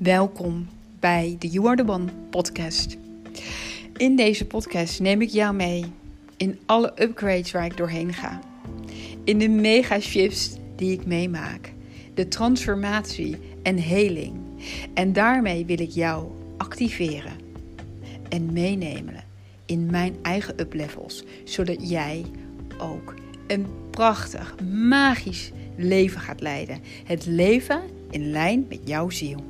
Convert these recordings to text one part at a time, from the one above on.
Welkom bij de You Are The One podcast. In deze podcast neem ik jou mee in alle upgrades waar ik doorheen ga. In de mega shifts die ik meemaak. De transformatie en heling. En daarmee wil ik jou activeren en meenemen in mijn eigen uplevels. Zodat jij ook een prachtig, magisch leven gaat leiden. Het leven in lijn met jouw ziel.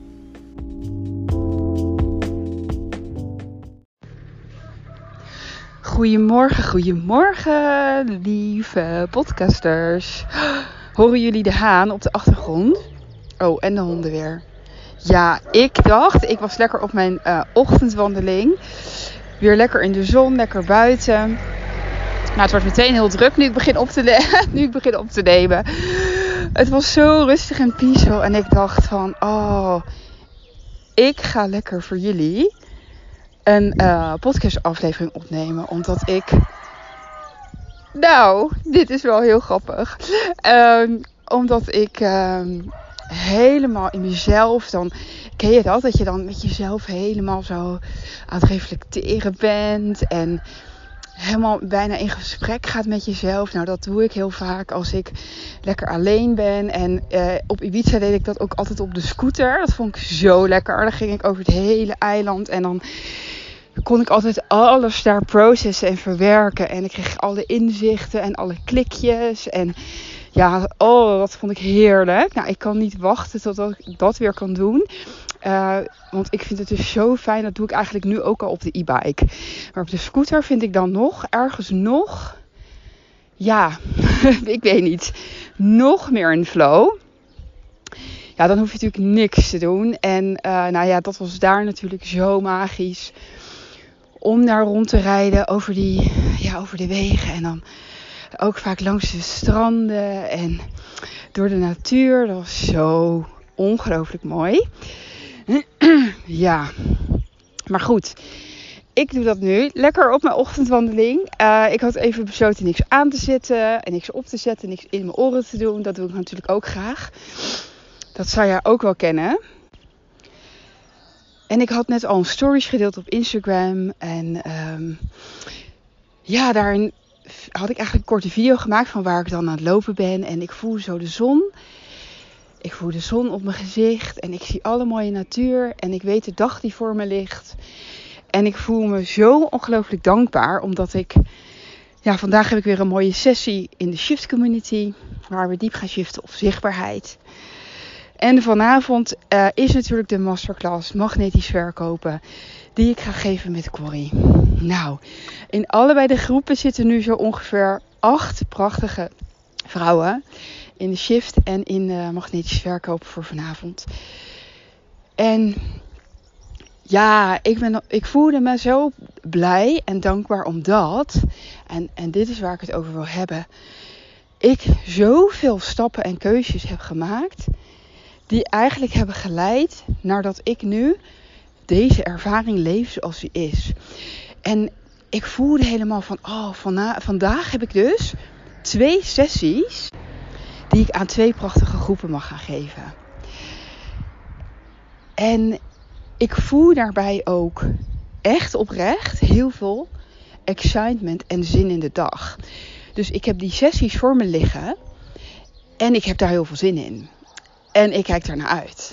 Goedemorgen, lieve podcasters. Horen jullie de haan op de achtergrond? Oh, en de honden weer. Ja, ik was lekker op mijn ochtendwandeling. Weer lekker in de zon, lekker buiten. Nou, het wordt meteen heel druk nu ik begin op te nemen. Het was zo rustig en peaceful. En ik dacht van, ik ga lekker voor jullie een podcastaflevering opnemen. Omdat dit is wel heel grappig. Omdat ik helemaal in mezelf dan... Ken je dat? Dat je dan met jezelf helemaal zo aan het reflecteren bent. En helemaal bijna in gesprek gaat met jezelf. Nou, dat doe ik heel vaak als ik lekker alleen ben. En op Ibiza deed ik dat ook altijd op de scooter. Dat vond ik zo lekker. Dan ging ik over het hele eiland. En dan kon ik altijd alles daar processen en verwerken. En ik kreeg alle inzichten en alle klikjes. En ja, dat vond ik heerlijk. Nou, ik kan niet wachten tot ik dat weer kan doen. Want ik vind het dus zo fijn. Dat doe ik eigenlijk nu ook al op de e-bike. Maar op de scooter vind ik dan ergens nog... Ja, ik weet niet. Nog meer in flow. Ja, dan hoef je natuurlijk niks te doen. En dat was daar natuurlijk zo magisch. Om daar rond te rijden over de wegen. En dan ook vaak langs de stranden. En door de natuur. Dat was zo ongelooflijk mooi. Ja, maar goed. Ik doe dat nu lekker op mijn ochtendwandeling. Ik had even besloten niks aan te zetten. En niks op te zetten. Niks in mijn oren te doen. Dat doe ik natuurlijk ook graag. Dat zou jij ook wel kennen. En ik had net al een stories gedeeld op Instagram. En daarin had ik eigenlijk een korte video gemaakt van waar ik dan aan het lopen ben. En ik voel zo de zon. Ik voel de zon op mijn gezicht. En ik zie alle mooie natuur. En ik weet de dag die voor me ligt. En ik voel me zo ongelooflijk dankbaar. Omdat vandaag heb ik weer een mooie sessie in de Shift Community. Waar we diep gaan shiften op zichtbaarheid. En vanavond is natuurlijk de masterclass Magnetisch Verkopen. Die ik ga geven met Corrie. Nou, in allebei de groepen zitten nu zo ongeveer 8 prachtige vrouwen. In de shift en in de magnetisch verkopen voor vanavond. En ja, ik voelde me zo blij en dankbaar omdat... En dit is waar ik het over wil hebben. Ik zoveel stappen en keuzes heb gemaakt... die eigenlijk hebben geleid naar dat ik nu deze ervaring leef zoals die is. En ik voelde helemaal van... vandaag heb ik dus 2 sessies... die ik aan 2 prachtige groepen mag gaan geven. En ik voel daarbij ook echt oprecht heel veel excitement en zin in de dag. Dus ik heb die sessies voor me liggen. En ik heb daar heel veel zin in. En ik kijk er naar uit.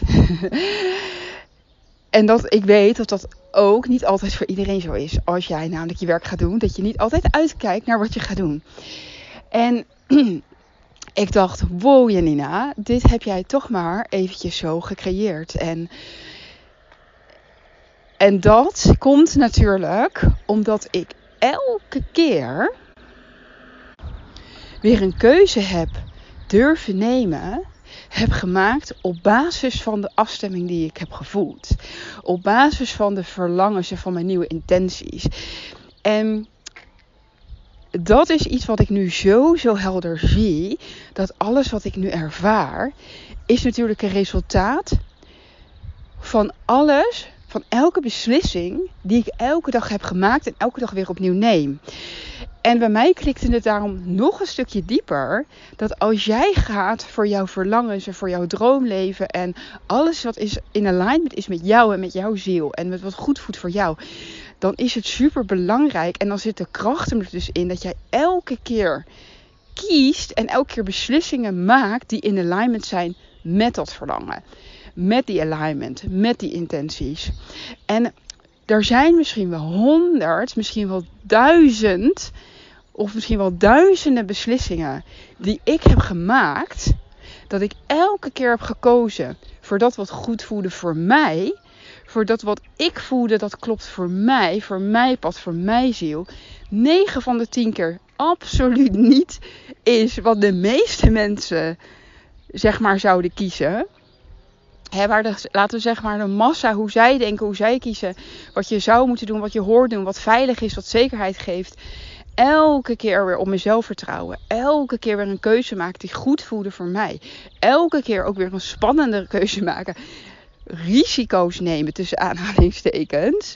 En ik weet dat ook niet altijd voor iedereen zo is. Als jij namelijk je werk gaat doen. Dat je niet altijd uitkijkt naar wat je gaat doen. En... ik dacht, wow Janina, dit heb jij toch maar eventjes zo gecreëerd. En dat komt natuurlijk omdat ik elke keer weer een keuze heb durven nemen, heb gemaakt op basis van de afstemming die ik heb gevoeld. Op basis van de verlangens en van mijn nieuwe intenties. En dat is iets wat ik nu zo helder zie. Dat alles wat ik nu ervaar is natuurlijk een resultaat van alles van elke beslissing die ik elke dag heb gemaakt en elke dag weer opnieuw neem. En bij mij klikte het daarom nog een stukje dieper, dat als jij gaat voor jouw verlangens en voor jouw droomleven en alles wat is in alignment is met jou en met jouw ziel en met wat goed voelt voor jou, dan is het super belangrijk en dan zit de kracht er dus in dat jij elke keer kiest en elke keer beslissingen maakt die in alignment zijn met dat verlangen. Met die alignment, met die intenties. En er zijn misschien wel 100, misschien wel 1000 of misschien wel duizenden beslissingen die ik heb gemaakt. Dat ik elke keer heb gekozen voor dat wat goed voelde voor mij. Voor dat wat ik voelde dat klopt voor mij pad, voor mijn ziel. 9 van de 10 keer absoluut niet is wat de meeste mensen zeg maar zouden kiezen. Laten we zeggen maar de massa, hoe zij denken, hoe zij kiezen. Wat je zou moeten doen, wat je hoort doen, wat veilig is, wat zekerheid geeft. Elke keer weer op mezelf vertrouwen. Elke keer weer een keuze maken die goed voelde voor mij. Elke keer ook weer een spannendere keuze maken. Risico's nemen tussen aanhalingstekens.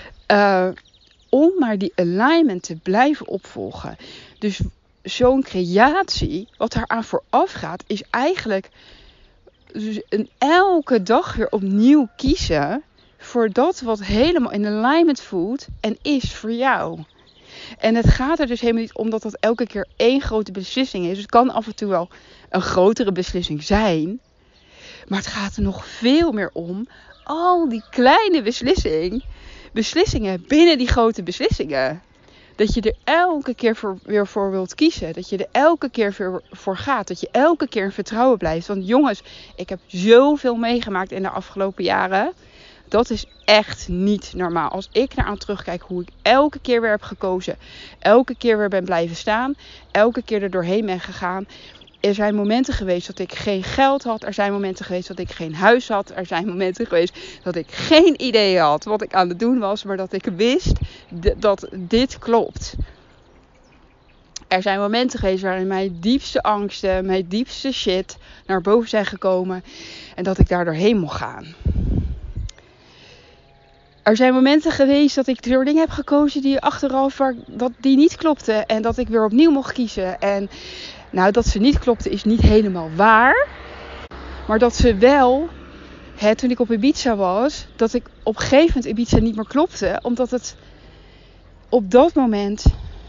Om maar die alignment te blijven opvolgen. Dus zo'n creatie, wat daaraan vooraf gaat, is eigenlijk dus elke dag weer opnieuw kiezen voor dat wat helemaal in alignment voelt en is voor jou. En het gaat er dus helemaal niet om dat elke keer één grote beslissing is. Het kan af en toe wel een grotere beslissing zijn. Maar het gaat er nog veel meer om al die kleine beslissingen binnen die grote beslissingen. Dat je er elke keer weer voor wilt kiezen. Dat je er elke keer weer voor gaat. Dat je elke keer in vertrouwen blijft. Want jongens, ik heb zoveel meegemaakt in de afgelopen jaren. Dat is echt niet normaal. Als ik naar aan terugkijk hoe ik elke keer weer heb gekozen. Elke keer weer ben blijven staan. Elke keer er doorheen ben gegaan. Er zijn momenten geweest dat ik geen geld had. Er zijn momenten geweest dat ik geen huis had. Er zijn momenten geweest dat ik geen idee had wat ik aan het doen was. Maar dat ik wist dat dit klopt. Er zijn momenten geweest waarin mijn diepste angsten, mijn diepste shit naar boven zijn gekomen. En dat ik daar doorheen mocht gaan. Er zijn momenten geweest dat ik door dingen heb gekozen die achteraf die niet klopten. En dat ik weer opnieuw mocht kiezen. En nou, dat ze niet klopten is niet helemaal waar. Maar dat ze wel, toen ik op Ibiza was, dat ik op een gegeven moment Ibiza niet meer klopte. Omdat het op dat moment,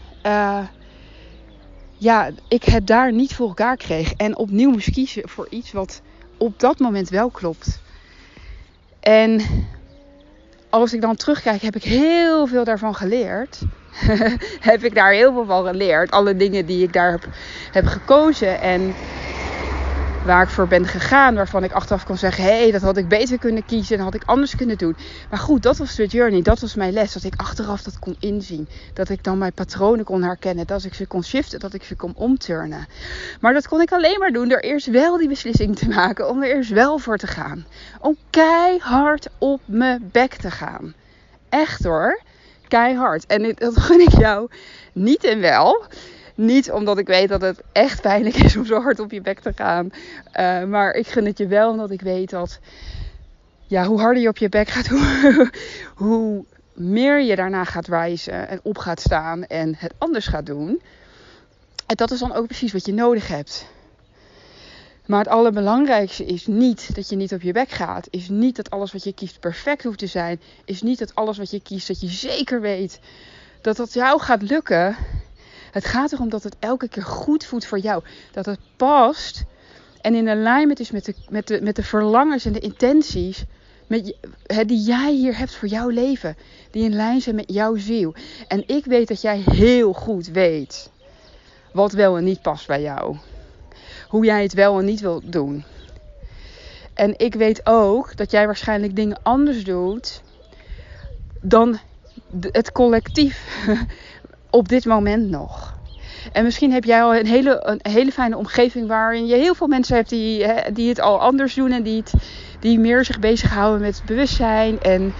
ik het daar niet voor elkaar kreeg. En opnieuw moest kiezen voor iets wat op dat moment wel klopt. En als ik dan terugkijk, heb ik heel veel daarvan geleerd. Heb ik daar heel veel van geleerd. Alle dingen die ik daar heb gekozen en waar ik voor ben gegaan. Waarvan ik achteraf kon zeggen, hé, dat had ik beter kunnen kiezen. En had ik anders kunnen doen. Maar goed, dat was de journey. Dat was mijn les. Dat ik achteraf dat kon inzien. Dat ik dan mijn patronen kon herkennen. Dat ik ze kon shiften. Dat ik ze kon omturnen. Maar dat kon ik alleen maar doen door eerst wel die beslissing te maken. Om er eerst wel voor te gaan. Om keihard op mijn bek te gaan. Echt hoor. Keihard. En dat gun ik jou niet en wel. Niet omdat ik weet dat het echt pijnlijk is om zo hard op je bek te gaan. Maar ik gun het je wel omdat ik weet dat hoe harder je op je bek gaat, hoe meer je daarna gaat rijzen en op gaat staan en het anders gaat doen. En dat is dan ook precies wat je nodig hebt. Maar het allerbelangrijkste is niet dat je niet op je bek gaat. Is niet dat alles wat je kiest perfect hoeft te zijn. Is niet dat alles wat je kiest dat je zeker weet dat dat jou gaat lukken. Het gaat erom dat het elke keer goed voelt voor jou. Dat het past en in alignment is met de verlangens en de intenties die jij hier hebt voor jouw leven. Die in lijn zijn met jouw ziel. En ik weet dat jij heel goed weet wat wel en niet past bij jou. Hoe jij het wel en niet wilt doen. En ik weet ook dat jij waarschijnlijk dingen anders doet dan het collectief op dit moment nog. En misschien heb jij al een hele fijne omgeving waarin je heel veel mensen hebt die het al anders doen. En die meer zich bezighouden met bewustzijn. En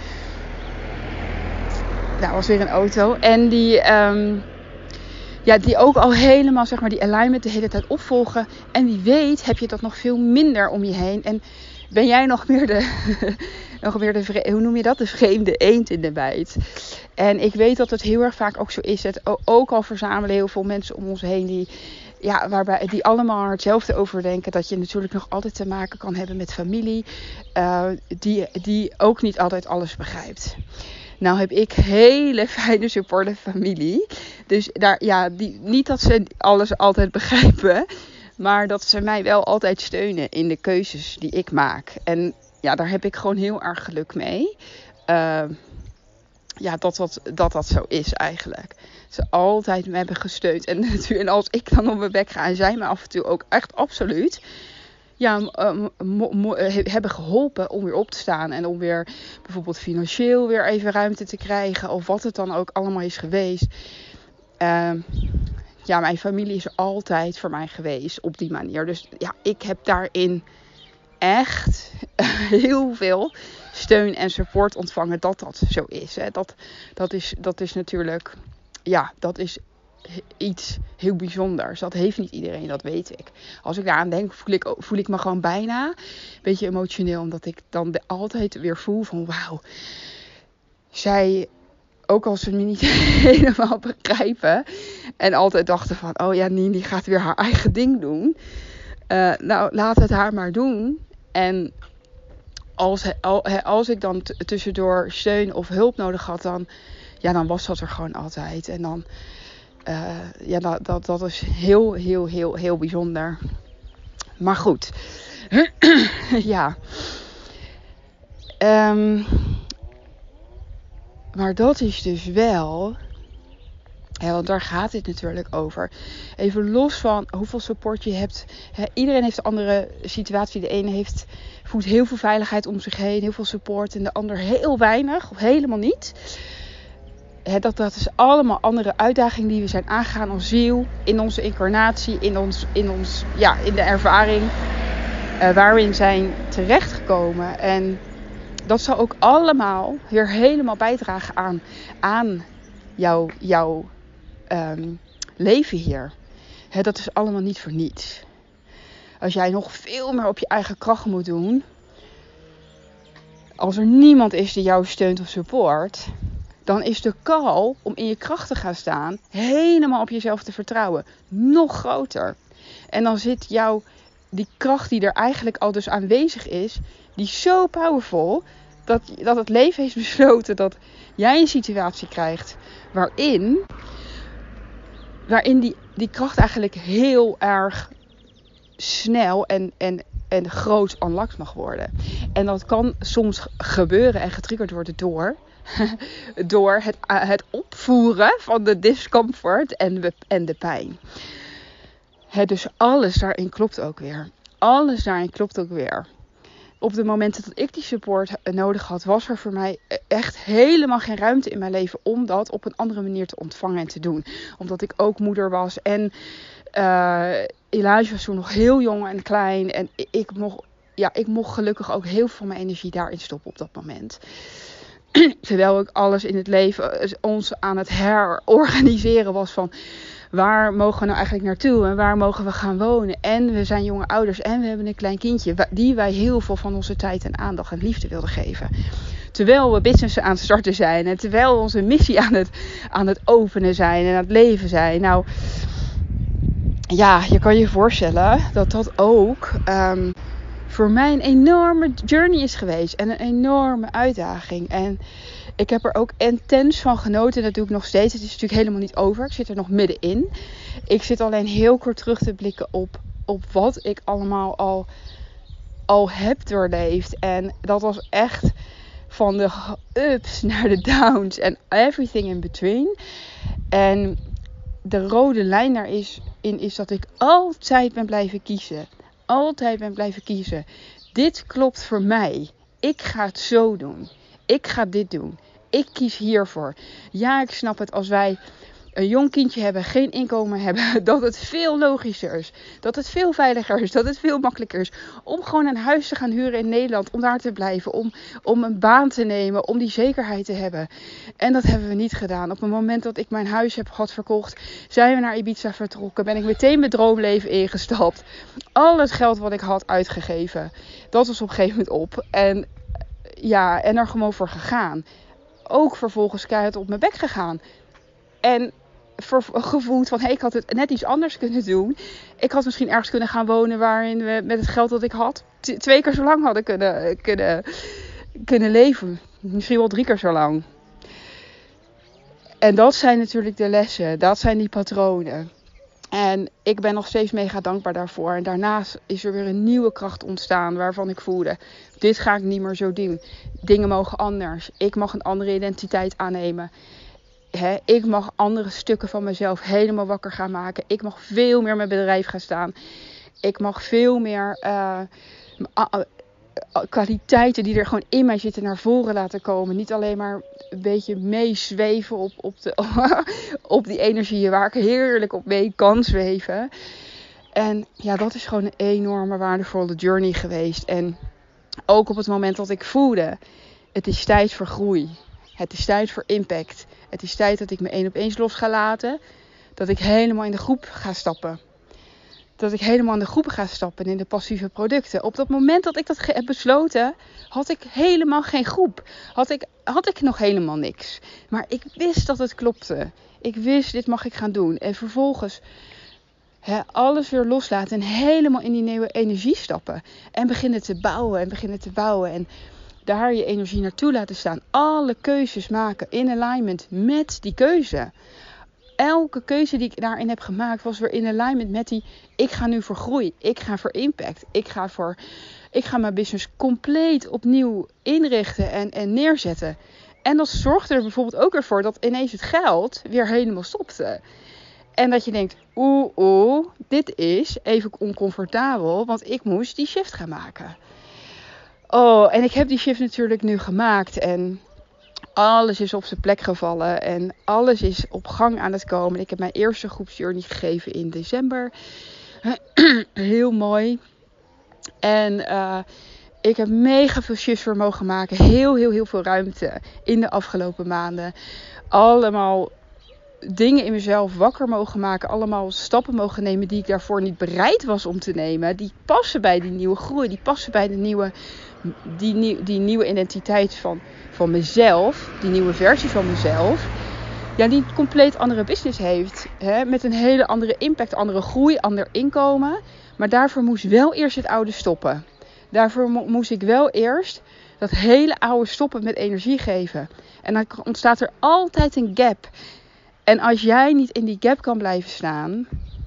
nou, was weer een auto. En die ook al helemaal zeg maar die alignment de hele tijd opvolgen. En wie weet heb je dat nog veel minder om je heen. En ben jij nog meer nog weer hoe noem je dat? De vreemde eend in de bijt. En ik weet dat het heel erg vaak ook zo is. Ook al verzamelen heel veel mensen om ons heen die allemaal hetzelfde overdenken. Dat je natuurlijk nog altijd te maken kan hebben met familie. Die ook niet altijd alles begrijpt. Nou heb ik hele fijne supportive familie. Dus niet dat ze alles altijd begrijpen. Maar dat ze mij wel altijd steunen in de keuzes die ik maak. En ja, daar heb ik gewoon heel erg geluk mee. Dat zo is eigenlijk. Ze altijd me hebben gesteund. En als ik dan op mijn bek ga en zij me af en toe ook echt absoluut hebben geholpen om weer op te staan. En om weer bijvoorbeeld financieel weer even ruimte te krijgen. Of wat het dan ook allemaal is geweest. Mijn familie is altijd voor mij geweest op die manier. Dus ja, ik heb daarin echt heel veel steun en support ontvangen dat zo is. Hè. Dat is natuurlijk, dat is iets heel bijzonders. Dat heeft niet iedereen, dat weet ik. Als ik daaraan denk, voel ik me gewoon bijna een beetje emotioneel. Omdat ik dan altijd weer voel van wauw. Zij, ook als ze me niet helemaal begrijpen. En altijd dachten van, oh ja, Nien die gaat weer haar eigen ding doen. Laat het haar maar doen. En als ik dan tussendoor steun of hulp nodig had, dan was dat er gewoon altijd. En dan, dat is heel, heel, heel, heel bijzonder. Maar goed. Ja. Maar dat is dus wel. Ja, want daar gaat het natuurlijk over. Even los van hoeveel support je hebt. Iedereen heeft een andere situatie. De ene voelt heel veel veiligheid om zich heen. Heel veel support. En de ander heel weinig. Of helemaal niet. Dat is allemaal andere uitdagingen die we zijn aangegaan als ziel. In onze incarnatie. In de ervaring. Waar we in zijn terechtgekomen. En dat zal ook allemaal weer helemaal bijdragen aan jouw leven hier. Dat is allemaal niet voor niets. Als jij nog veel meer op je eigen kracht moet doen. Als er niemand is die jou steunt of support. Dan is de call om in je kracht te gaan staan. Helemaal op jezelf te vertrouwen. Nog groter. En dan zit die kracht die er eigenlijk al dus aanwezig is. Die is zo powerful. Dat het leven heeft besloten dat jij een situatie krijgt. Waarin die kracht eigenlijk heel erg snel en groot unlocked mag worden. En dat kan soms gebeuren en getriggerd worden door het opvoeren van de discomfort en de pijn. Dus alles daarin klopt ook weer. Op de momenten dat ik die support nodig had, was er voor mij echt helemaal geen ruimte in mijn leven om dat op een andere manier te ontvangen en te doen. Omdat ik ook moeder was en Elijah was toen nog heel jong en klein. En ik mocht gelukkig ook heel veel van mijn energie daarin stoppen op dat moment. Terwijl ik alles in het leven ons aan het herorganiseren was van waar mogen we nou eigenlijk naartoe en waar mogen we gaan wonen. En we zijn jonge ouders en we hebben een klein kindje die wij heel veel van onze tijd en aandacht en liefde wilden geven. Terwijl we businessen aan het starten zijn en terwijl we onze missie aan het openen zijn en aan het leven zijn. Nou ja, je kan je voorstellen dat ook voor mij een enorme journey is geweest. En een enorme uitdaging. En ik heb er ook intens van genoten. En dat doe ik nog steeds. Het is natuurlijk helemaal niet over. Ik zit er nog middenin. Ik zit alleen heel kort terug te blikken op wat ik allemaal al heb doorleefd. En dat was echt van de ups naar de downs. En everything in between. En de rode lijn daarin is dat ik altijd ben blijven kiezen. Altijd ben blijven kiezen. Dit klopt voor mij. Ik ga het zo doen. Ik ga dit doen. Ik kies hiervoor. Ja, ik snap het als wij een jong kindje hebben, geen inkomen hebben, dat het veel logischer is. Dat het veel veiliger is. Dat het veel makkelijker is. Om gewoon een huis te gaan huren in Nederland. Om daar te blijven. Om een baan te nemen. Om die zekerheid te hebben. En dat hebben we niet gedaan. Op het moment dat ik mijn huis had verkocht, zijn we naar Ibiza vertrokken. Ben ik meteen mijn droomleven ingestapt. Al het geld wat ik had uitgegeven. Dat was op een gegeven moment op. En en er gewoon voor gegaan. Ook vervolgens keihard op mijn bek gegaan. En gevoeld van, ik had het net iets anders kunnen doen. Ik had misschien ergens kunnen gaan wonen waarin we met het geld dat ik had 2 keer zo lang hadden kunnen leven. Misschien wel 3 keer zo lang. En dat zijn natuurlijk de lessen. Dat zijn die patronen. En ik ben nog steeds mega dankbaar daarvoor. En daarnaast is er weer een nieuwe kracht ontstaan waarvan ik voelde, dit ga ik niet meer zo doen. Dingen mogen anders. Ik mag een andere identiteit aannemen. Ik mag andere stukken van mezelf helemaal wakker gaan maken. Ik mag veel meer mijn bedrijf gaan staan. Ik mag veel meer kwaliteiten die er gewoon in mij zitten naar voren laten komen. Niet alleen maar een beetje meezweven op die energieën waar ik heerlijk op mee kan zweven. En ja, dat is gewoon een enorme waardevolle journey geweest. En ook op het moment dat ik voelde, het is tijd voor groei. Het is tijd voor impact. Het is tijd dat ik me 1-op-1 los ga laten. Dat ik helemaal in de groep ga stappen. Dat ik helemaal in de groepen ga stappen in de passieve producten. Op dat moment dat ik dat heb besloten, had ik helemaal geen groep. Had ik nog helemaal niks. Maar ik wist dat het klopte. Ik wist, dit mag ik gaan doen. En vervolgens alles weer loslaten en helemaal in die nieuwe energie stappen. En beginnen te bouwen. En daar je energie naartoe laten staan. Alle keuzes maken in alignment met die keuze. Elke keuze die ik daarin heb gemaakt was weer in alignment met die, ik ga nu voor groei. Ik ga voor impact. Ik ga mijn business compleet opnieuw inrichten en neerzetten. En dat zorgde er bijvoorbeeld ook weer voor dat ineens het geld weer helemaal stopte. En dat je denkt, dit is even oncomfortabel, want ik moest die shift gaan maken. Oh, en ik heb die shift natuurlijk nu gemaakt en alles is op zijn plek gevallen en alles is op gang aan het komen. Ik heb mijn eerste groepsjourney gegeven in december. Heel mooi. En ik heb mega veel shifts voor mogen maken. Heel veel ruimte in de afgelopen maanden. Allemaal dingen in mezelf wakker mogen maken. Allemaal stappen mogen nemen die ik daarvoor niet bereid was om te nemen. Die passen bij die nieuwe groei. Die passen bij die nieuwe identiteit van mezelf. Die nieuwe versie van mezelf. Ja, die een compleet andere business heeft. Met een hele andere impact, andere groei, ander inkomen. Maar daarvoor moest wel eerst het oude stoppen. Daarvoor moest ik wel eerst dat hele oude stoppen met energie geven. En dan ontstaat er altijd een gap. En als jij niet in die gap kan blijven staan,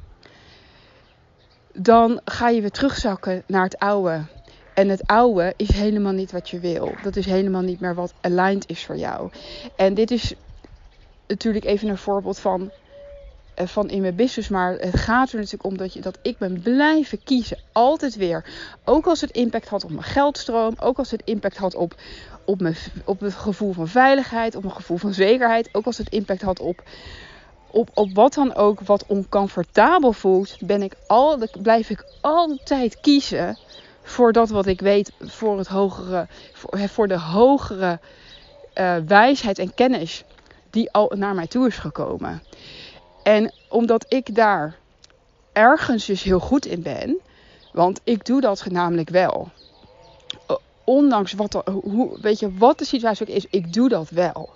dan ga je weer terugzakken naar het oude. En het oude is helemaal niet wat je wil. Dat is helemaal niet meer wat aligned is voor jou. En dit is natuurlijk even een voorbeeld van in mijn business. Maar het gaat er natuurlijk om dat ik ben blijven kiezen. Altijd weer. Ook als het impact had op mijn geldstroom. Ook als het impact had op het gevoel van veiligheid. Op mijn gevoel van zekerheid. Ook als het impact had op wat dan ook wat oncomfortabel voelt. Blijf ik altijd kiezen voor dat wat ik weet. Voor het hogere. Voor de hogere wijsheid en kennis die al naar mij toe is gekomen. En omdat ik daar ergens dus heel goed in ben. Want ik doe dat namelijk wel. Ondanks wat de situatie ook is. Ik doe dat wel.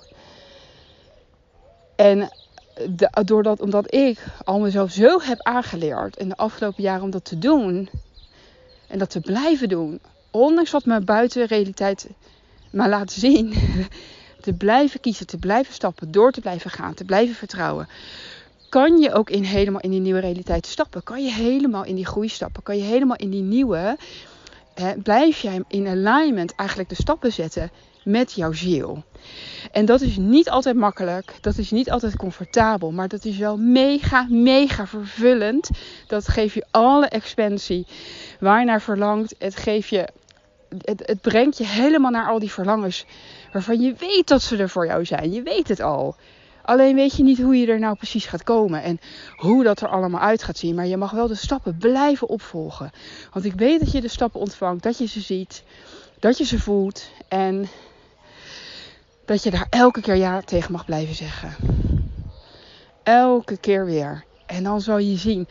En omdat ik al mezelf zo heb aangeleerd in de afgelopen jaren om dat te doen. En dat te blijven doen. Ondanks wat mijn buitenrealiteit me laat zien. Te blijven kiezen, te blijven stappen, door te blijven gaan, te blijven vertrouwen. Kan je ook helemaal in die nieuwe realiteit stappen? Kan je helemaal in die groei stappen? Kan je helemaal in die nieuwe... blijf jij in alignment eigenlijk de stappen zetten met jouw ziel? En dat is niet altijd makkelijk. Dat is niet altijd comfortabel. Maar dat is wel mega vervullend. Dat geeft je alle expansie waar je naar verlangt. Het brengt je helemaal naar al die verlangens waarvan je weet dat ze er voor jou zijn. Je weet het al. Alleen weet je niet hoe je er nou precies gaat komen. En hoe dat er allemaal uit gaat zien. Maar je mag wel de stappen blijven opvolgen. Want ik weet dat je de stappen ontvangt. Dat je ze ziet. Dat je ze voelt. En dat je daar elke keer ja tegen mag blijven zeggen. Elke keer weer. En dan zal je zien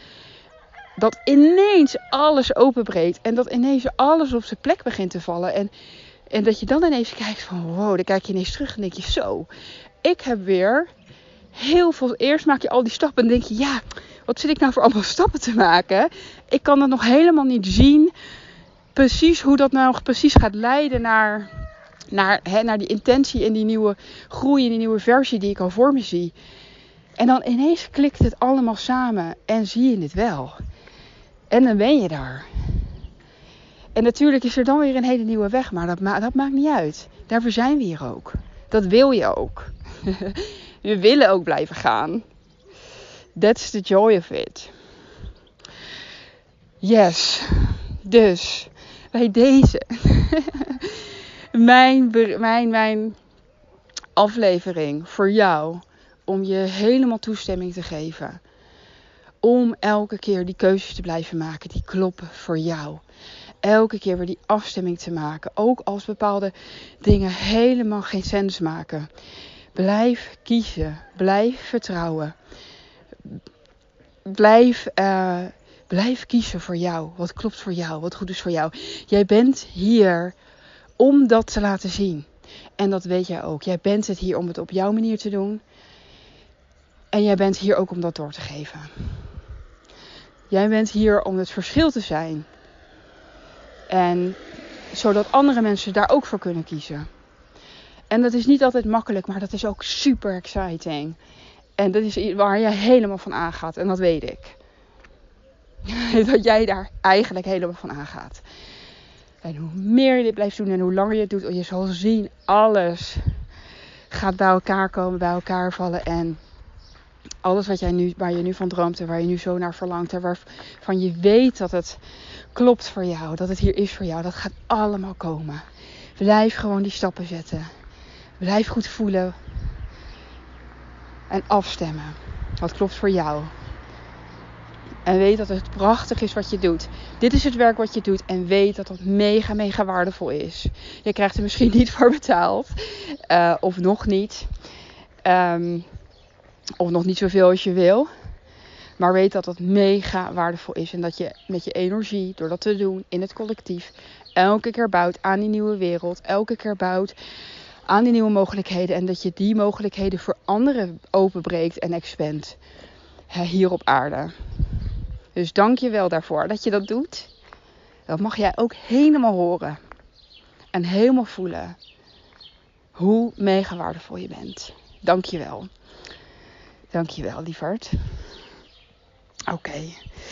dat ineens alles openbreekt. En dat ineens alles op zijn plek begint te vallen. En dat je dan ineens kijkt van wow, dan kijk je ineens terug en denk je zo. Ik heb weer heel veel. Eerst maak je al die stappen en denk je ja, wat zit ik nou voor allemaal stappen te maken? Ik kan het nog helemaal niet zien. Precies hoe dat nou precies gaat leiden naar die intentie en die nieuwe groei en die nieuwe versie die ik al voor me zie. En dan ineens klikt het allemaal samen en zie je het wel. En dan ben je daar. En natuurlijk is er dan weer een hele nieuwe weg, maar dat maakt niet uit. Daarvoor zijn we hier ook. Dat wil je ook. We willen ook blijven gaan. That's the joy of it. Yes. Dus bij deze mijn aflevering voor jou om je helemaal toestemming te geven. Om elke keer die keuzes te blijven maken die kloppen voor jou. Elke keer weer die afstemming te maken. Ook als bepaalde dingen helemaal geen sens maken. Blijf kiezen. Blijf vertrouwen. Blijf kiezen voor jou. Wat klopt voor jou. Wat goed is voor jou. Jij bent hier om dat te laten zien. En dat weet jij ook. Jij bent het hier om het op jouw manier te doen. En jij bent hier ook om dat door te geven. Jij bent hier om het verschil te zijn. En zodat andere mensen daar ook voor kunnen kiezen. En dat is niet altijd makkelijk, maar dat is ook super exciting. En dat is waar je helemaal van aangaat. En dat weet ik. Dat jij daar eigenlijk helemaal van aangaat. En hoe meer je dit blijft doen en hoe langer je het doet, je zal zien, alles gaat bij elkaar komen, bij elkaar vallen. En alles waar je nu van droomt en waar je nu zo naar verlangt. En waarvan je weet dat het klopt voor jou. Dat het hier is voor jou. Dat gaat allemaal komen. Blijf gewoon die stappen zetten. Blijf goed voelen. En afstemmen. Wat klopt voor jou. En weet dat het prachtig is wat je doet. Dit is het werk wat je doet. En weet dat dat mega, mega waardevol is. Je krijgt er misschien niet voor betaald. Of nog niet. Of nog niet zoveel als je wil. Maar weet dat dat mega waardevol is. En dat je met je energie, door dat te doen in het collectief, elke keer bouwt aan die nieuwe wereld. Elke keer bouwt aan die nieuwe mogelijkheden. En dat je die mogelijkheden voor anderen openbreekt en expandt. Hier op aarde. Dus dank je wel daarvoor dat je dat doet. Dat mag jij ook helemaal horen. En helemaal voelen. Hoe mega waardevol je bent. Dank je wel. Dank je wel, lieverd. Oké.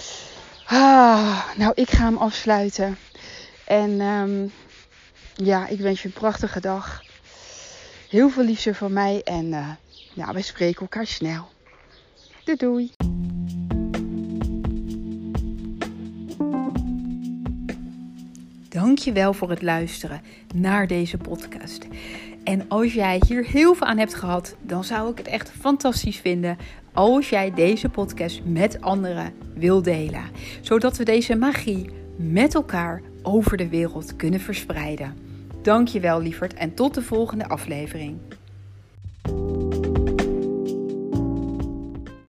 Nou, ik ga hem afsluiten. En ik wens je een prachtige dag. Heel veel liefde van mij. En wij spreken elkaar snel. Doei doei. Dankjewel voor het luisteren naar deze podcast. En als jij hier heel veel aan hebt gehad, dan zou ik het echt fantastisch vinden als jij deze podcast met anderen wil delen. Zodat we deze magie met elkaar over de wereld kunnen verspreiden. Dankjewel, lieverd, en tot de volgende aflevering.